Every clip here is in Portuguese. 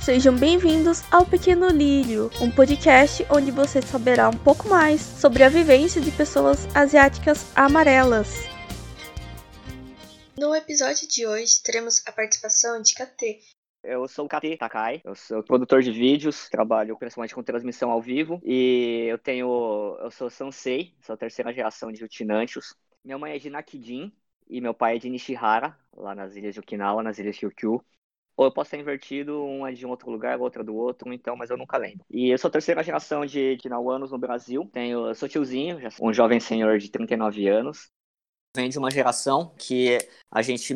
Sejam bem-vindos ao Pequeno Lírio, um podcast onde você saberá um pouco mais sobre a vivência de pessoas asiáticas amarelas. No episódio de hoje, teremos a participação de KT. Eu sou o KT Takai, eu sou produtor de vídeos, trabalho principalmente com transmissão ao vivo e eu sou Sansei, sou a terceira geração de Utinantios. Minha mãe é de Nakijin e meu pai é de Nishihara, lá nas ilhas de Okinawa, nas ilhas Ryukyu. Ou eu posso estar invertido, um é de um outro lugar, outra do outro, então, mas eu nunca lembro. E eu sou a terceira geração de Okinawanos no Brasil. Eu sou tiozinho, já sou um jovem senhor de 39 anos. Vem de uma geração que a gente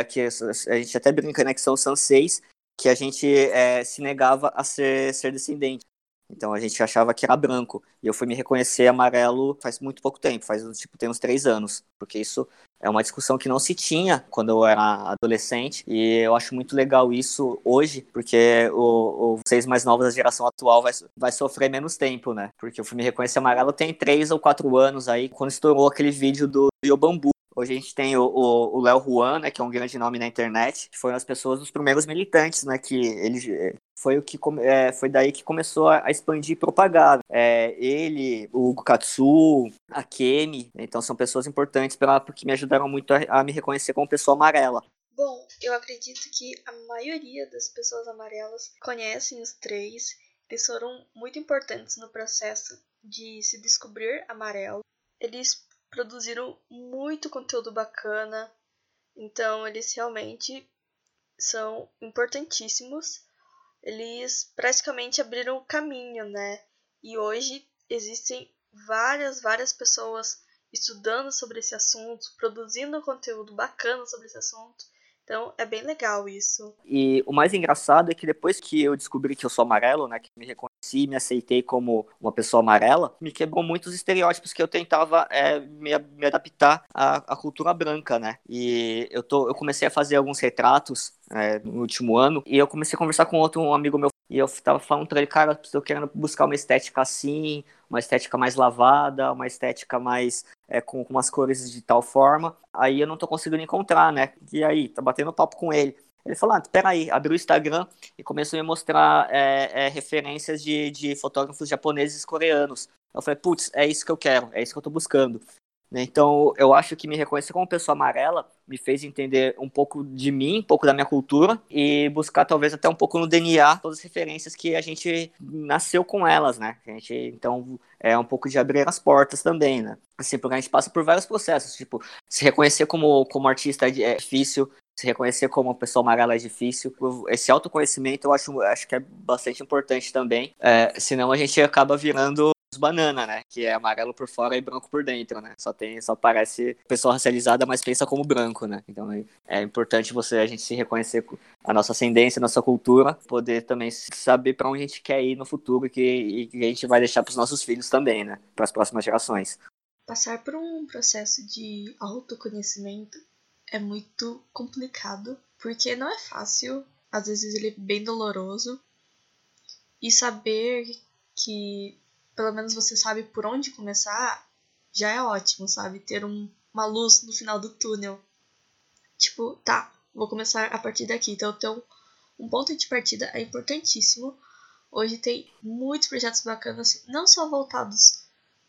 até brinca, né, que são os sanseis, que a gente se negava a ser descendente. Então a gente achava que era branco. E eu fui me reconhecer amarelo faz muito pouco tempo, tem uns 3 anos. Porque isso é uma discussão que não se tinha quando eu era adolescente. E eu acho muito legal isso hoje, porque vocês mais novos da geração atual vai sofrer menos tempo, né? Porque eu fui me reconhecer amarelo tem 3 ou 4 anos aí, quando estourou aquele vídeo do Yobambu. Hoje a gente tem o Léo Juan, né, que é um grande nome na internet, que foi uma das pessoas dos primeiros militantes, né, que ele foi daí que começou a expandir e propagar. Ele, o Hugo Katsu, a Kemi, então são pessoas importantes porque me ajudaram muito a me reconhecer como pessoa amarela. Bom, eu acredito que a maioria das pessoas amarelas conhecem os três. Eles foram muito importantes no processo de se descobrir amarelo. Eles produziram muito conteúdo bacana, então eles realmente são importantíssimos. Eles praticamente abriram o caminho, né? E hoje existem várias pessoas estudando sobre esse assunto, produzindo conteúdo bacana sobre esse assunto. Então é bem legal isso. E o mais engraçado é que depois que eu descobri que eu sou amarelo, né, que me reconheci, me aceitei como uma pessoa amarela, me quebrou muitos estereótipos que eu tentava me adaptar à cultura branca, né? E eu comecei a fazer alguns retratos no último ano e eu comecei a conversar com um amigo meu e eu tava falando pra ele, cara, eu tô querendo buscar uma estética assim, uma estética mais lavada, uma estética mais com umas cores de tal forma. Aí eu não tô conseguindo encontrar, né? E aí, tá batendo papo com ele. Ele falou, peraí, abriu o Instagram e começou a me mostrar referências de fotógrafos japoneses e coreanos. Eu falei, putz, é isso que eu quero, é isso que eu tô buscando. Então, eu acho que me reconhecer como pessoa amarela me fez entender um pouco de mim, um pouco da minha cultura e buscar talvez até um pouco no DNA todas as referências que a gente nasceu com elas, né? Então, é um pouco de abrir as portas também, né? Assim, porque a gente passa por vários processos, tipo, se reconhecer como artista é difícil, se reconhecer como pessoa amarela é difícil. Esse autoconhecimento eu acho que é bastante importante também, senão a gente acaba virando os banana, né? Que é amarelo por fora e branco por dentro, né? Só parece pessoa racializada, mas pensa como branco, né? Então é importante a gente se reconhecer a nossa ascendência, a nossa cultura, poder também saber para onde a gente quer ir no futuro e que a gente vai deixar para os nossos filhos também, né? Para as próximas gerações. Passar por um processo de autoconhecimento é muito complicado, porque não é fácil, às vezes ele é bem doloroso, e saber que pelo menos você sabe por onde começar já é ótimo, sabe? Ter uma luz no final do túnel. Tipo, tá, vou começar a partir daqui. Então, um ponto de partida é importantíssimo. Hoje tem muitos projetos bacanas, não só voltados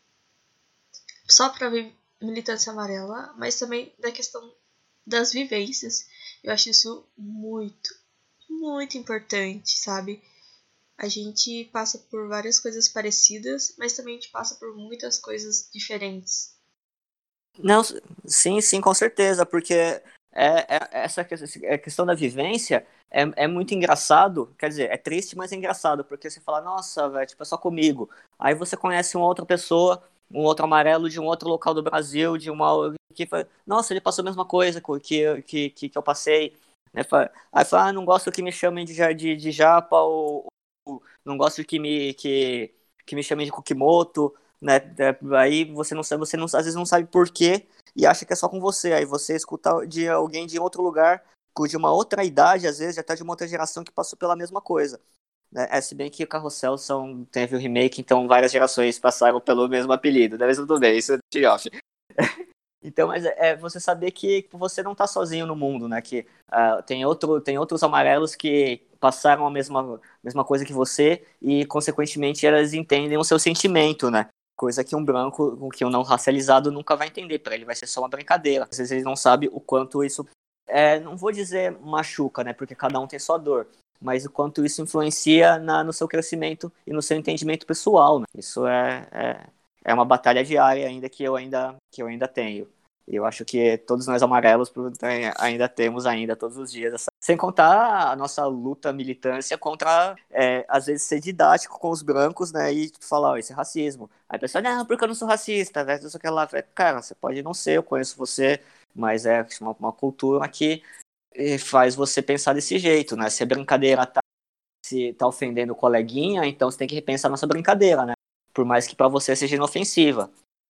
só para militância amarela, mas também da questão das vivências. Eu acho isso muito importante, sabe? A gente passa por várias coisas parecidas, mas também a gente passa por muitas coisas diferentes. Não, sim, com certeza, porque essa questão da vivência é muito engraçado, quer dizer, é triste, mas é engraçado, porque você fala, nossa, velho, tipo, é só comigo. Aí você conhece uma outra pessoa, um outro amarelo de um outro local do Brasil, que fala, nossa, ele passou a mesma coisa que eu passei. Né? Aí fala, não gosto que me chamem de japa, ou não gosto que me chamem de Kukimoto, né? Aí você não sabe, às vezes não sabe por quê e acha que é só com você. Aí você escuta de alguém de outro lugar, de uma outra idade, às vezes, até de uma outra geração que passou pela mesma coisa. Né? Se bem que o Carrossel teve o remake, então várias gerações passaram pelo mesmo apelido. Mas tudo bem, isso é de off. Então, mas você saber que você não está sozinho no mundo, né? Que tem outros amarelos que passaram a mesma coisa que você e, consequentemente, elas entendem o seu sentimento, né? Coisa que um branco, que um não racializado nunca vai entender. Para ele vai ser só uma brincadeira. Às vezes ele não sabe o quanto isso, não vou dizer machuca, né? Porque cada um tem sua dor. Mas o quanto isso influencia no seu crescimento e no seu entendimento pessoal, né? Isso é uma batalha diária ainda que eu ainda tenho. Eu acho que todos nós amarelos ainda temos todos os dias. Sem contar a nossa luta, militância contra, às vezes, ser didático com os brancos, né? E falar, isso é racismo. Aí a pessoa, não, porque eu não sou racista, velho, isso que lá. Cara, você pode não ser, eu conheço você, mas é uma cultura que faz você pensar desse jeito, né? Se a brincadeira se tá ofendendo o coleguinha, então você tem que repensar nossa brincadeira, né? Por mais que para você seja inofensiva.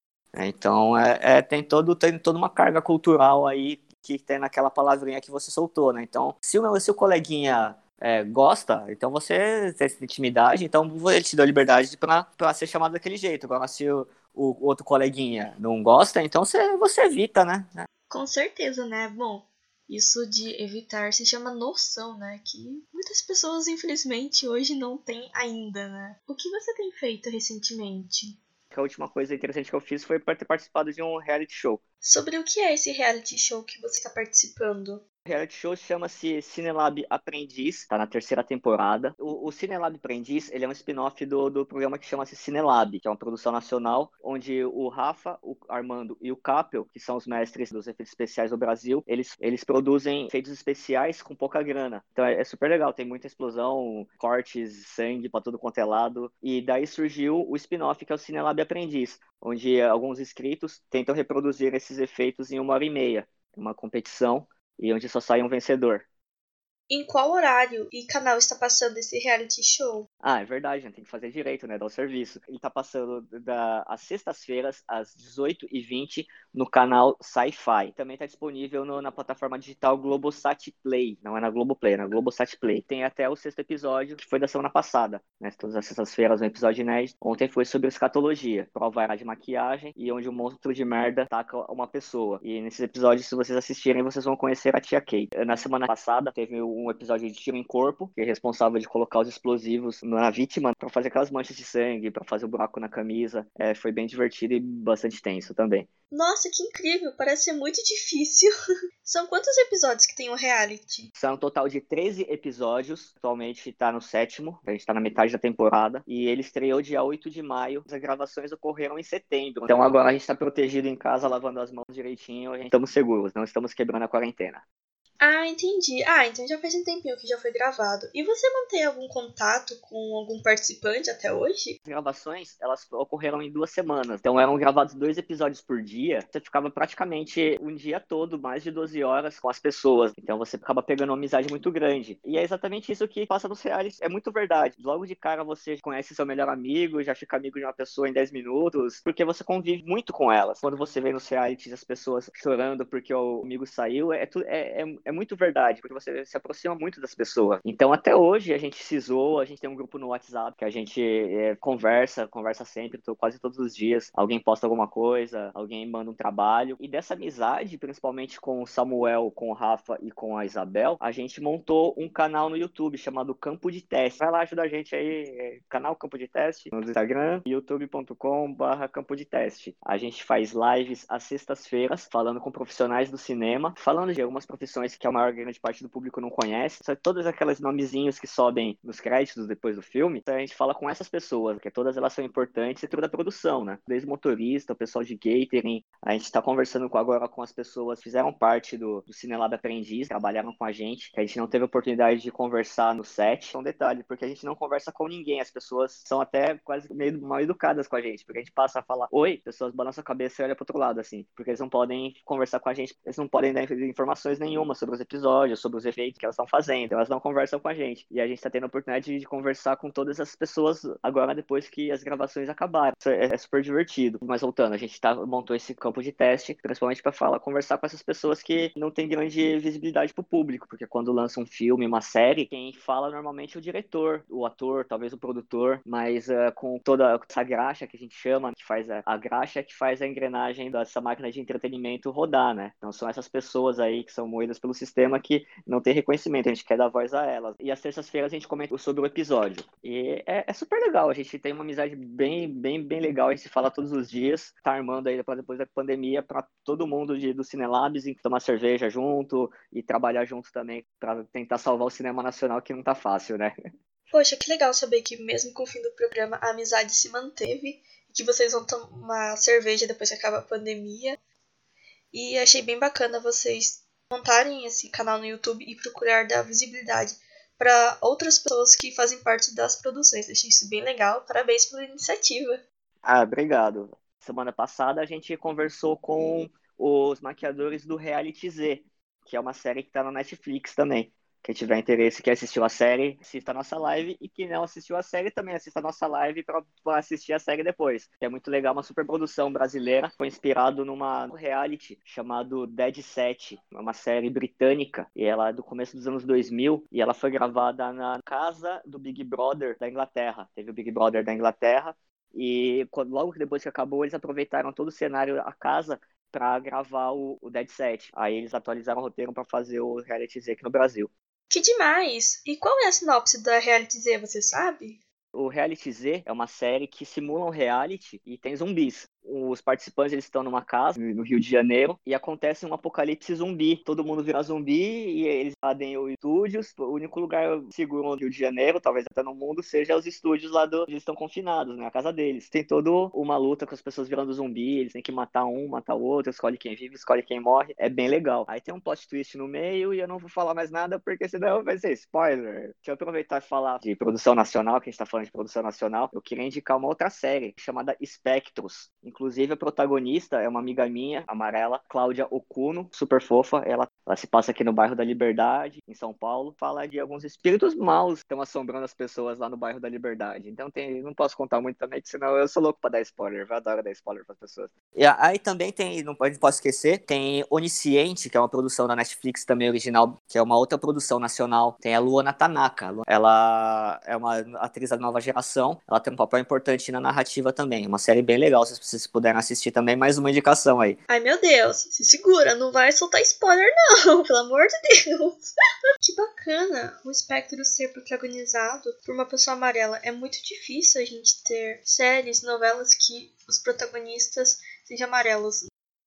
Então, tem toda uma carga cultural aí que tem naquela palavrinha que você soltou, né? Então, se o coleguinha gosta, então você tem essa intimidade, então ele te deu liberdade pra ser chamado daquele jeito. Agora, se o outro coleguinha não gosta, então você evita, né? Com certeza, né? Bom, isso de evitar se chama noção, né? Que muitas pessoas, infelizmente, hoje não têm ainda, né? O que você tem feito recentemente? A última coisa interessante que eu fiz foi ter participado de um reality show. Sobre o que é esse reality show que você está participando? O reality show chama-se Cinelab Aprendiz, tá na terceira temporada. O Cinelab Aprendiz, ele é um spin-off do programa que chama-se Cinelab, que é uma produção nacional, onde o Rafa, o Armando e o Capel, que são os mestres dos efeitos especiais do Brasil, eles produzem efeitos especiais com pouca grana. Então é super legal, tem muita explosão, cortes, sangue pra tudo quanto é lado. E daí surgiu o spin-off, que é o Cinelab Aprendiz, onde alguns inscritos tentam reproduzir esses efeitos em 1h30, uma competição, e onde só sai um vencedor. Em qual horário e canal está passando esse reality show? Ah, é verdade, né? Tem que fazer direito, né? Dar o serviço. Ele tá passando às sextas-feiras, às 18h20, no canal Sci-Fi. Também tá disponível na plataforma digital Globosat Play. Não é na Globoplay, é na Globosat Play. Tem até o sexto episódio, que foi da semana passada, né? Todas as sextas-feiras, um episódio inédito. Ontem foi sobre escatologia, prova era de maquiagem e onde um monstro de merda ataca uma pessoa. E nesses episódios, se vocês assistirem, vocês vão conhecer a tia Kate. Na semana passada, teve um episódio de tiro em corpo, que é responsável de colocar os explosivos na vítima para fazer aquelas manchas de sangue, para fazer o buraco na camisa. Foi bem divertido e bastante tenso também. Nossa, que incrível! Parece ser muito difícil. São quantos episódios que tem o reality? São um total de 13 episódios. Atualmente está no 7º. A gente está na metade da temporada. E ele estreou dia 8 de maio. As gravações ocorreram em setembro. Então agora a gente está protegido em casa, lavando as mãos direitinho. Estamos seguros, não estamos quebrando a quarentena. Ah, entendi. Ah, então já faz um tempinho que já foi gravado. E você mantém algum contato com algum participante até hoje? As gravações, elas ocorreram em 2 semanas. Então eram gravados 2 episódios por dia. Você ficava praticamente um dia todo, mais de 12 horas com as pessoas. Então você acaba pegando uma amizade muito grande. E é exatamente isso que passa nos realities. É muito verdade. Logo de cara você conhece seu melhor amigo, já fica amigo de uma pessoa em 10 minutos, porque você convive muito com elas. Quando você vê nos realities as pessoas chorando porque o amigo saiu, é muito verdade, porque você se aproxima muito das pessoas. Então até hoje a gente se zoa, a gente tem um grupo no WhatsApp que a gente conversa sempre, quase todos os dias. Alguém posta alguma coisa, alguém manda um trabalho. E dessa amizade, principalmente com o Samuel, com o Rafa e com a Isabel, a gente montou um canal no YouTube chamado Campo de Teste. Vai lá ajudar a gente aí, canal Campo de Teste, no Instagram, youtube.com/Campo de Teste. A gente faz lives às sextas-feiras, falando com profissionais do cinema, falando de algumas profissões que a maior grande parte do público não conhece. São todas aquelas nomezinhos que sobem nos créditos depois do filme. Então a gente fala com essas pessoas, porque todas elas são importantes e toda a produção, né? Desde motorista, o pessoal de catering. A gente está conversando agora com as pessoas que fizeram parte do Cinelab Aprendiz, trabalharam com a gente, que a gente não teve oportunidade de conversar no set. É um detalhe, porque a gente não conversa com ninguém. As pessoas são até quase meio mal educadas com a gente, porque a gente passa a falar oi, pessoas balançam a cabeça e olham pro outro lado, assim, porque eles não podem conversar com a gente, eles não podem dar informações nenhuma sobre os episódios, sobre os efeitos que elas estão fazendo, elas não conversam com a gente. E a gente está tendo a oportunidade de conversar com todas as pessoas agora, depois que as gravações acabaram. Isso é super divertido. Mas voltando, a gente montou esse campo de teste, principalmente para conversar com essas pessoas que não têm grande visibilidade para o público, porque quando lança um filme, uma série, quem fala normalmente é o diretor, o ator, talvez o produtor, mas com toda essa graxa que a gente chama, que faz a graxa que faz a engrenagem dessa máquina de entretenimento rodar, né? Então são essas pessoas aí que são moídas pelo pelo sistema que não tem reconhecimento, a gente quer dar voz a elas. E às terças-feiras a gente comenta sobre o episódio. E é super legal, a gente tem uma amizade bem legal, a gente se fala todos os dias, tá armando aí depois da pandemia para todo mundo do Cinelabs tomar cerveja junto e trabalhar junto também para tentar salvar o cinema nacional, que não tá fácil, né? Poxa, que legal saber que mesmo com o fim do programa a amizade se manteve e que vocês vão tomar cerveja depois que acaba a pandemia. E achei bem bacana vocês montarem esse canal no YouTube e procurar dar visibilidade para outras pessoas que fazem parte das produções. Achei isso bem legal. Parabéns pela iniciativa. Ah, obrigado. Semana passada a gente conversou com os maquiadores do Reality Z, que é uma série que está na Netflix também. Quem tiver interesse, que assistiu a série, assista a nossa live. E quem não assistiu a série, também assista a nossa live para assistir a série depois. É muito legal, uma super produção brasileira. Foi inspirado numa reality chamado Dead Set, uma série britânica. E ela é do começo dos anos 2000. E ela foi gravada na casa do Big Brother da Inglaterra. Teve o Big Brother da Inglaterra. E logo depois que acabou, eles aproveitaram todo o cenário, a casa, para gravar o Dead Set. Aí eles atualizaram o roteiro para fazer o Reality Z aqui no Brasil. Que demais! E qual é a sinopse da Reality Z, você sabe? O Reality Z é uma série que simula um reality e tem zumbis. Os participantes eles estão numa casa no Rio de Janeiro e acontece um apocalipse zumbi. Todo mundo vira zumbi e eles invadem os estúdios. O único lugar seguro no Rio de Janeiro, talvez até no mundo, seja os estúdios lá onde eles estão confinados, né? A casa deles. Tem toda uma luta com as pessoas virando zumbi, eles têm que matar um, matar o outro, escolhe quem vive, escolhe quem morre. É bem legal. Aí tem um plot twist no meio e eu não vou falar mais nada porque senão vai ser spoiler. Deixa eu aproveitar e falar de produção nacional, que a gente tá falando de produção nacional. Eu queria indicar uma outra série chamada Espectros. Inclusive, a protagonista é uma amiga minha, amarela, Cláudia Okuno, super fofa. Ela se passa aqui no bairro da Liberdade, em São Paulo. Fala de alguns espíritos maus que estão assombrando as pessoas lá no bairro da Liberdade. Então, não posso contar muito também, senão eu sou louco pra dar spoiler. Eu adoro dar spoiler pras pessoas. E aí também tem, não posso esquecer, tem Onisciente, que é uma produção da Netflix também original, que é uma outra produção nacional. Tem a Luana Tanaka. Ela é uma atriz da nova geração. Ela tem um papel importante na narrativa também. Uma série bem legal, se vocês puderem assistir também. Mais uma indicação aí. Ai meu Deus, se segura, não vai soltar spoiler não, pelo amor de Deus. Que bacana o Espectro ser protagonizado por uma pessoa amarela. É muito difícil a gente ter séries, novelas que os protagonistas sejam amarelos.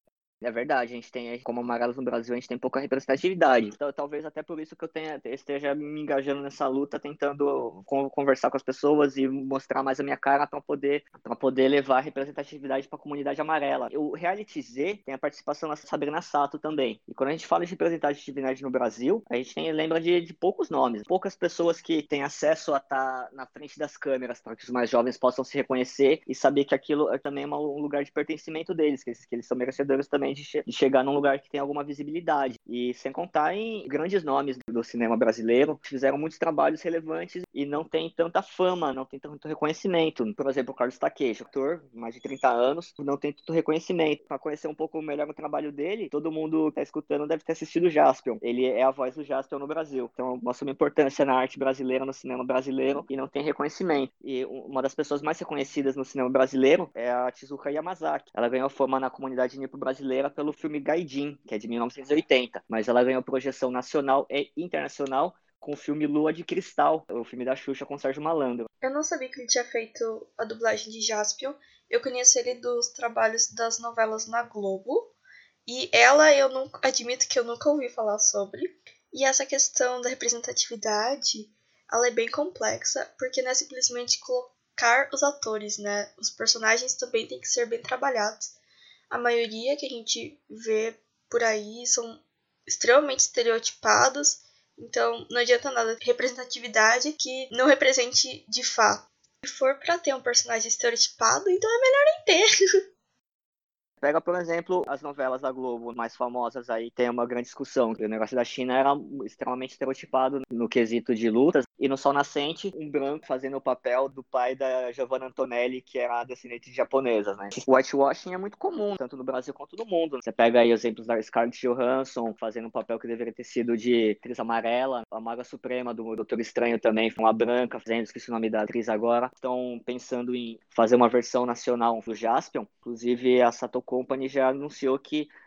É verdade, a gente tem, como amarelos no Brasil, a gente tem pouca representatividade. Então, talvez até por isso que esteja me engajando nessa luta, tentando conversar com as pessoas e mostrar mais a minha cara para poder levar a representatividade para a comunidade amarela. O Reality Z tem a participação da Sabrina Sato também. E quando a gente fala de representatividade no Brasil, a gente lembra de poucos nomes, poucas pessoas que têm acesso a estar na frente das câmeras para que os mais jovens possam se reconhecer e saber que aquilo também é um lugar de pertencimento deles, que eles são merecedores também de chegar num lugar que tem alguma visibilidade. E sem contar em grandes nomes do cinema brasileiro, fizeram muitos trabalhos relevantes e não tem tanta fama, não tem tanto reconhecimento. Por exemplo, o Carlos Takeshi, ator, mais de 30 anos, não tem tanto reconhecimento. Para conhecer um pouco melhor o trabalho dele, todo mundo que está escutando deve ter assistido o Jaspion. Ele é a voz do Jaspion no Brasil. Então, mostra uma importância na arte brasileira, no cinema brasileiro, e não tem reconhecimento. E uma das pessoas mais reconhecidas no cinema brasileiro é a Tezuka Yamazaki. Ela ganhou fama na comunidade nipo-brasileira pelo filme Gaijin, que é de 1980, mas ela ganhou projeção nacional e internacional com o filme Lua de Cristal, o filme da Xuxa com Sérgio Malandro. Eu não sabia que ele tinha feito a dublagem de Jaspion. Eu conheci ele dos trabalhos das novelas na Globo. E ela, admito que eu nunca ouvi falar sobre. E essa questão da representatividade, ela é bem complexa, porque não é simplesmente colocar os atores, né? Os personagens também têm que ser bem trabalhados. A maioria que a gente vê por aí são extremamente estereotipados, então não adianta nada ter representatividade que não represente de fato. Se for pra ter um personagem estereotipado, então é melhor nem ter. Pega, por exemplo, as novelas da Globo mais famosas aí, tem uma grande discussão. O negócio da China era extremamente estereotipado no quesito de lutas. E no Sol Nascente, um branco fazendo o papel do pai da Giovanna Antonelli, que era descendente de japonesas, né? O whitewashing é muito comum, tanto no Brasil quanto no mundo. Você pega aí exemplos da Scarlett Johansson, fazendo um papel que deveria ter sido de atriz amarela. A Maga Suprema do Doutor Estranho também foi uma branca, fazendo, esqueci o nome da atriz agora. Estão pensando em fazer uma versão nacional do Jaspion. Inclusive, a Sato Company já anunciou que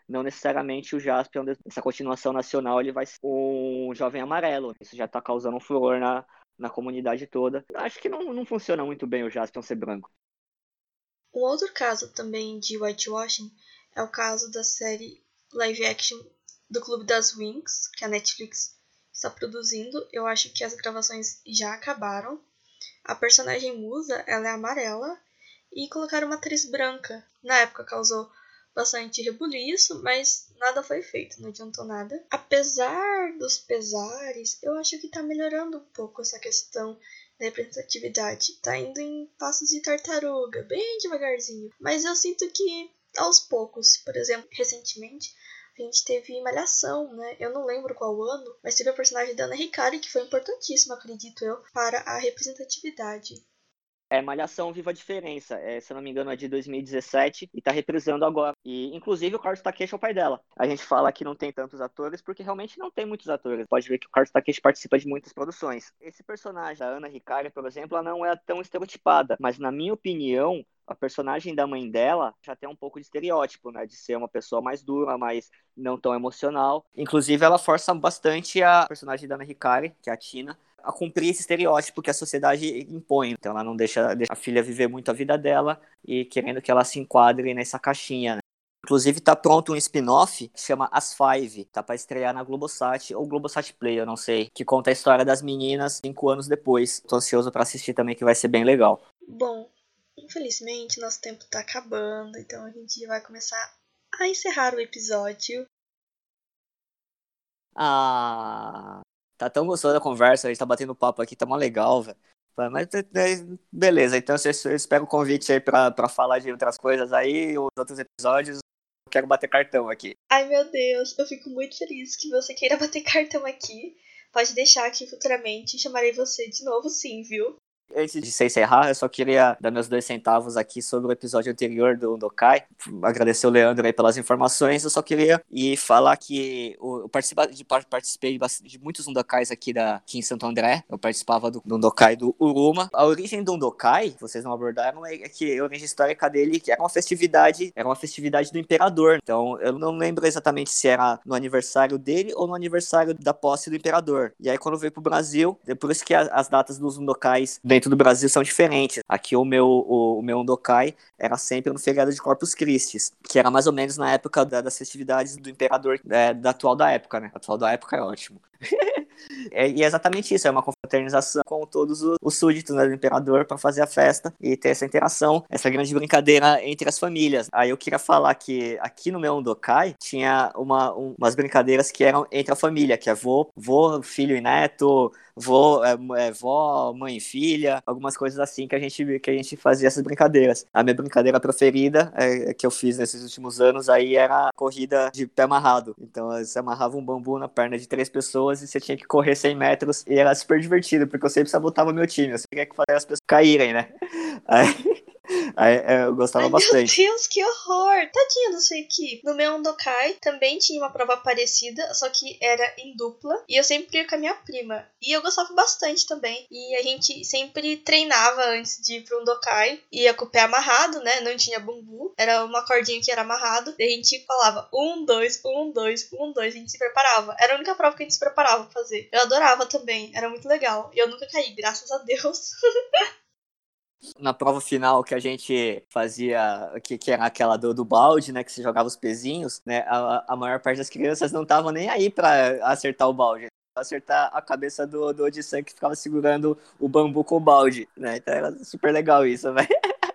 não necessariamente o Jaspion, essa continuação nacional, ele vai ser um jovem amarelo. Isso já tá causando um furor na comunidade toda. Acho que não funciona muito bem o Jaspion ser branco. Um outro caso também de whitewashing é o caso da série live action do Clube das Winx, que a Netflix está produzindo. Eu acho que as gravações já acabaram. A personagem Musa, ela é amarela e colocaram uma atriz branca. Na época causou bastante rebuliço, mas nada foi feito, não adiantou nada. Apesar dos pesares, eu acho que tá melhorando um pouco essa questão da representatividade. Tá indo em passos de tartaruga, bem devagarzinho. Mas eu sinto que aos poucos, por exemplo, recentemente a gente teve Malhação, né? Eu não lembro qual ano, mas teve a personagem da Ana Hikari, que foi importantíssima, acredito eu, para a representatividade. Malhação Viva a Diferença, se eu não me engano é de 2017 e tá reprisando agora. E inclusive o Carlos Takeshi é o pai dela. A gente fala que não tem tantos atores porque realmente não tem muitos atores. Pode ver que o Carlos Takeshi participa de muitas produções. Esse personagem, a Ana Hikari, por exemplo, ela não é tão estereotipada, mas na minha opinião, a personagem da mãe dela já tem um pouco de estereótipo, né? De ser uma pessoa mais dura, mas não tão emocional. Inclusive, ela força bastante a personagem da Ana Hikari, que é a Tina, a cumprir esse estereótipo que a sociedade impõe. Então ela não deixa a filha viver muito a vida dela e querendo que ela se enquadre nessa caixinha, né? Inclusive tá pronto um spin-off que chama As Five, tá para estrear na Globosat ou Globosat Play, eu não sei, que conta a história das meninas 5 anos depois. Tô ansioso para assistir também, que vai ser bem legal. Bom, infelizmente nosso tempo tá acabando, então a gente vai começar a encerrar o episódio. Tá tão gostosa a conversa, a gente tá batendo papo aqui, tá mó legal, velho. Mas beleza, então eu espero o convite aí pra falar de outras coisas aí, os outros episódios. Eu quero bater cartão aqui. Ai meu Deus, eu fico muito feliz que você queira bater cartão aqui. Pode deixar que futuramente chamarei você de novo, sim, viu? Antes de se encerrar, eu só queria dar meus 2 centavos aqui sobre o episódio anterior do Undokai. Agradecer o Leandro aí pelas informações. Eu só queria falar que eu participei de muitos Undokais aqui em Santo André. Eu participava do Undokai do Uruma. A origem do Undokai, vocês não abordaram, é que a origem histórica dele que era uma festividade do imperador. Então, eu não lembro exatamente se era no aniversário dele ou no aniversário da posse do imperador. E aí, quando veio pro Brasil, é por isso que as datas dos Undokais dentro do Brasil são diferentes. Aqui o meu Undokai era sempre no feriado de Corpus Christi, que era mais ou menos na época das festividades do imperador da atual da época, né? Atual da época é ótimo. E é exatamente isso, é uma confraternização com todos os súditos, né, do imperador para fazer a festa e ter essa interação, essa grande brincadeira entre as famílias. Aí eu queria falar que aqui no meu Undokai tinha umas brincadeiras que eram entre a família, que é vô, filho e neto, vó, mãe e filha, algumas coisas assim que a gente fazia essas brincadeiras. A minha brincadeira preferida que eu fiz nesses últimos anos aí era a corrida de pé amarrado. Então você amarrava um bambu na perna de 3 pessoas e você tinha que correr 100 metros e era super divertido, porque eu sempre sabotava meu time, eu sempre queria que fazia as pessoas caírem, né? Aí eu gostava Ai, meu bastante. Deus, que horror! Tadinha da sua equipe. No meu Undokai também tinha uma prova parecida, só que era em dupla. E eu sempre ia com a minha prima. E eu gostava bastante também. E a gente sempre treinava antes de ir pro Undokai. Ia com o pé amarrado, né? Não tinha bambu. Era uma cordinha que era amarrado. E a gente falava 1, 2, 1, 2, 1, 2. A gente se preparava. Era a única prova que a gente se preparava pra fazer. Eu adorava também. Era muito legal. E eu nunca caí, graças a Deus. Na prova final que a gente fazia, que era aquela do balde, né, que você jogava os pezinhos, né, a maior parte das crianças não estavam nem aí pra acertar o balde, acertar a cabeça do Odissan que ficava segurando o bambu com o balde, né, então era super legal isso, velho.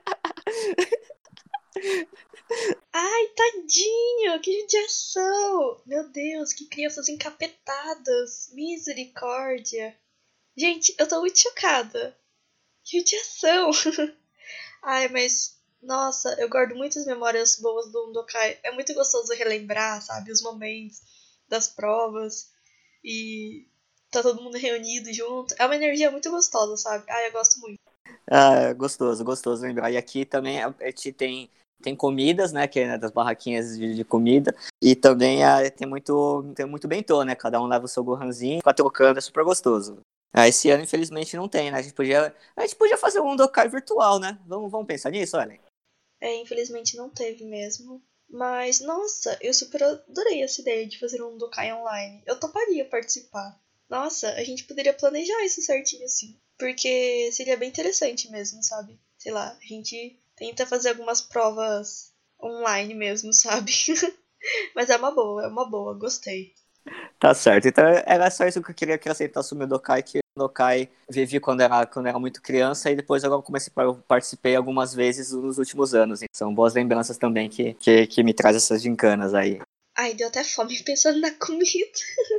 Ai, tadinho, que judiação! Meu Deus, que crianças encapetadas! Misericórdia! Gente, eu tô muito chocada. Que judiação! Ai, mas, nossa, eu guardo muitas memórias boas do Undokai. É muito gostoso relembrar, sabe, os momentos das provas e tá todo mundo reunido junto. É uma energia muito gostosa, sabe? Ai, eu gosto muito. Gostoso lembrar. E aqui também a gente tem comidas, né, que é, né, das barraquinhas de comida, e também tem muito bentô, né, cada um leva o seu gohanzinho, fica trocando, é super gostoso. Esse ano, infelizmente, não tem, né, a gente podia fazer um Undokai virtual, né, vamos pensar nisso, olha. É, infelizmente não teve mesmo. Mas, nossa, eu super adorei essa ideia de fazer um Dokai online. Eu toparia participar. Nossa, a gente poderia planejar isso certinho assim. Porque seria bem interessante mesmo, sabe? Sei lá, a gente tenta fazer algumas provas online mesmo, sabe? Mas é uma boa, gostei. Tá certo. Então era só isso que eu queria acrescentar sobre o Dokai, que o Dokai vivi quando era muito criança e depois agora participei algumas vezes nos últimos anos. Então, são boas lembranças também que me traz essas gincanas aí. Ai, deu até fome pensando na comida.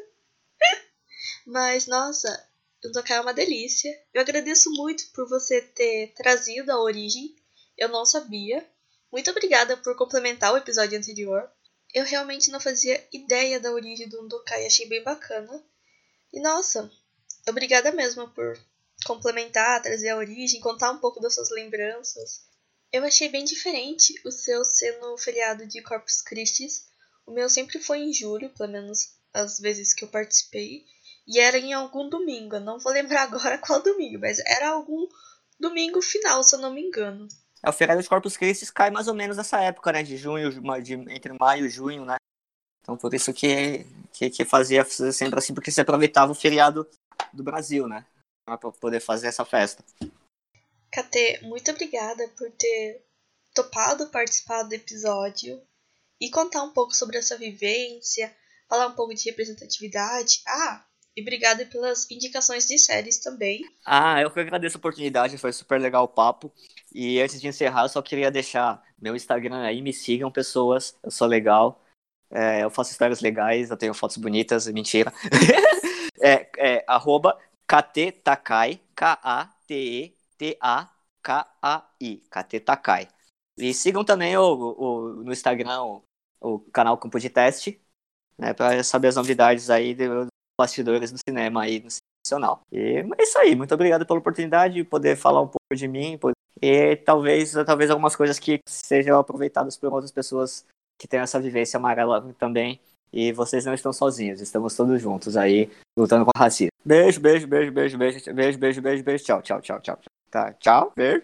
Mas, nossa, o Dokai é uma delícia. Eu agradeço muito por você ter trazido a origem. Eu não sabia. Muito obrigada por complementar o episódio anterior. Eu realmente não fazia ideia da origem do Undokai, achei bem bacana. E nossa, obrigada mesmo por complementar, trazer a origem, contar um pouco das suas lembranças. Eu achei bem diferente o seu ser no feriado de Corpus Christi. O meu sempre foi em julho, pelo menos as vezes que eu participei. E era em algum domingo, eu não vou lembrar agora qual domingo, mas era algum domingo final, se eu não me engano. O feriado de Corpus Christi cai mais ou menos nessa época, né? De junho, entre maio e junho, né? Então por isso que fazia sempre assim, porque você aproveitava o feriado do Brasil, né? Pra poder fazer essa festa. Katê, muito obrigada por ter topado participar do episódio e contar um pouco sobre essa vivência, falar um pouco de representatividade. Ah, e obrigada pelas indicações de séries também. Ah, eu que agradeço a oportunidade, foi super legal o papo. E antes de encerrar, eu só queria deixar meu Instagram aí, me sigam pessoas, eu sou legal, eu faço histórias legais, eu tenho fotos bonitas, mentira. Arroba ktetakai, Katetakai, ktetakai. E sigam também no Instagram o canal Campo de Teste, né, para saber as novidades aí dos bastidores do cinema aí no nacional. E é isso aí, muito obrigado pela oportunidade de poder falar um pouco de mim e talvez algumas coisas que sejam aproveitadas por outras pessoas que têm essa vivência amarela também. E vocês não estão sozinhos, estamos todos juntos aí lutando com o racismo. Beijo, beijo, beijo, beijo, beijo, beijo, beijo, beijo, beijo, tchau, tchau, tchau, tchau. Tá, tchau, beijo.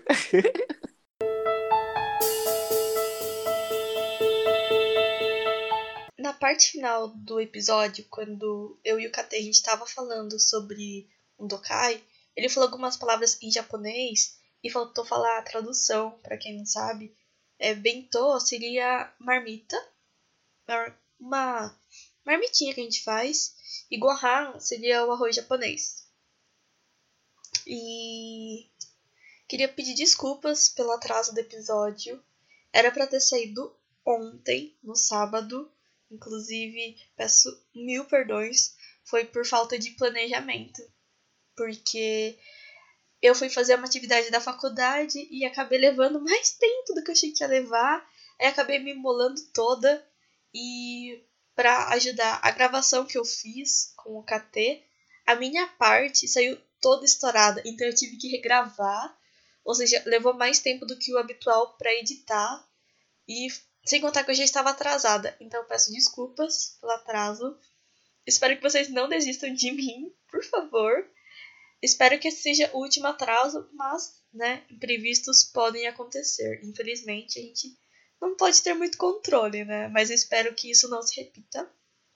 Na parte final do episódio, quando eu e o Kate a gente estava falando sobre um Dokai, ele falou algumas palavras em japonês e faltou falar a tradução, para quem não sabe. Bentô seria marmita, uma marmitinha que a gente faz, e gohan seria o arroz japonês. E queria pedir desculpas pelo atraso do episódio. Era para ter saído ontem, no sábado. Inclusive, peço mil perdões. Foi por falta de planejamento. Porque eu fui fazer uma atividade da faculdade e acabei levando mais tempo do que eu achei que ia levar. Aí acabei me embolando toda. E para ajudar a gravação que eu fiz com o KT, a minha parte saiu toda estourada. Então eu tive que regravar. Ou seja, levou mais tempo do que o habitual para editar. E sem contar que eu já estava atrasada. Então eu peço desculpas pelo atraso. Espero que vocês não desistam de mim, por favor. Espero que esse seja o último atraso, mas, né, imprevistos podem acontecer. Infelizmente, a gente não pode ter muito controle, né? Mas eu espero que isso não se repita.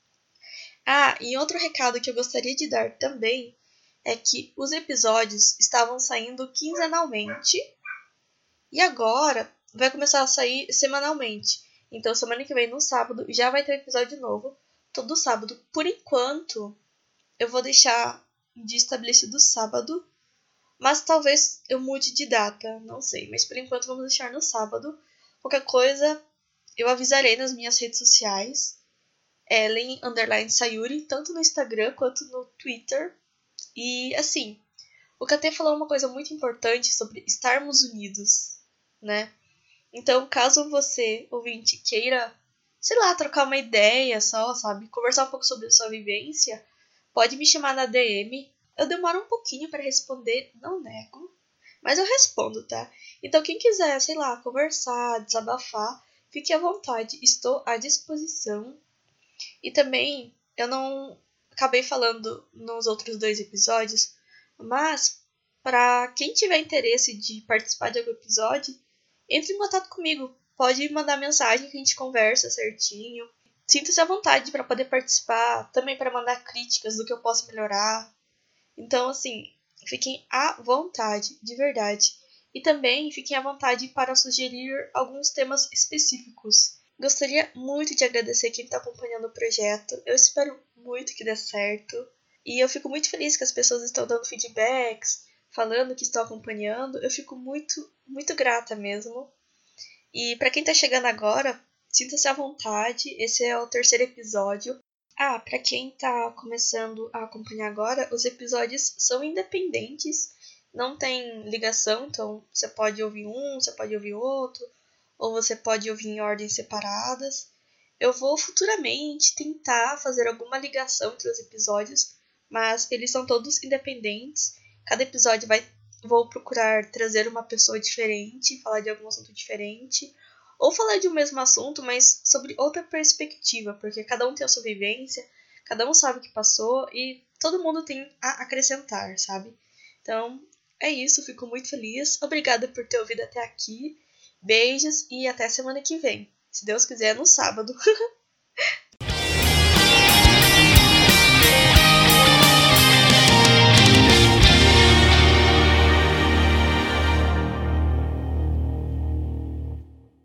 Ah, e outro recado que eu gostaria de dar também é que os episódios estavam saindo quinzenalmente e agora vai começar a sair semanalmente. Então, semana que vem, no sábado, já vai ter episódio novo, todo sábado. Por enquanto, eu vou deixar de estabelecido sábado, mas talvez eu mude de data, não sei. Mas por enquanto vamos deixar no sábado. Qualquer coisa, eu avisarei nas minhas redes sociais. Ellen_Sayuri, tanto no Instagram quanto no Twitter. E assim, o KT falou uma coisa muito importante sobre estarmos unidos, né? Então, caso você, ouvinte, queira, sei lá, trocar uma ideia só, sabe? Conversar um pouco sobre a sua vivência, pode me chamar na DM. Eu demoro um pouquinho para responder, não nego, mas eu respondo, tá? Então, quem quiser, sei lá, conversar, desabafar, fique à vontade, estou à disposição. E também, eu não acabei falando nos outros 2 episódios, mas para quem tiver interesse de participar de algum episódio, entre em contato comigo pode mandar mensagem que a gente conversa certinho. Sinta-se à vontade para poder participar, também para mandar críticas do que eu posso melhorar. Então, assim, fiquem à vontade, de verdade. E também fiquem à vontade para sugerir alguns temas específicos. Gostaria muito de agradecer quem está acompanhando o projeto. Eu espero muito que dê certo. E eu fico muito feliz que as pessoas estão dando feedbacks, falando que estão acompanhando. Eu fico muito, muito grata mesmo. E para quem está chegando agora, sinta-se à vontade. Esse é o 3º episódio. Para quem está começando a acompanhar agora, os episódios são independentes, não tem ligação, então você pode ouvir um, você pode ouvir outro, ou você pode ouvir em ordens separadas. Eu vou futuramente tentar fazer alguma ligação entre os episódios, mas eles são todos independentes. Cada episódio vou procurar trazer uma pessoa diferente, falar de algum assunto diferente, ou falar de um mesmo assunto, mas sobre outra perspectiva, porque cada um tem a sua vivência, cada um sabe o que passou e todo mundo tem a acrescentar, sabe? Então, é isso, fico muito feliz. Obrigada por ter ouvido até aqui. Beijos e até semana que vem. Se Deus quiser, no sábado.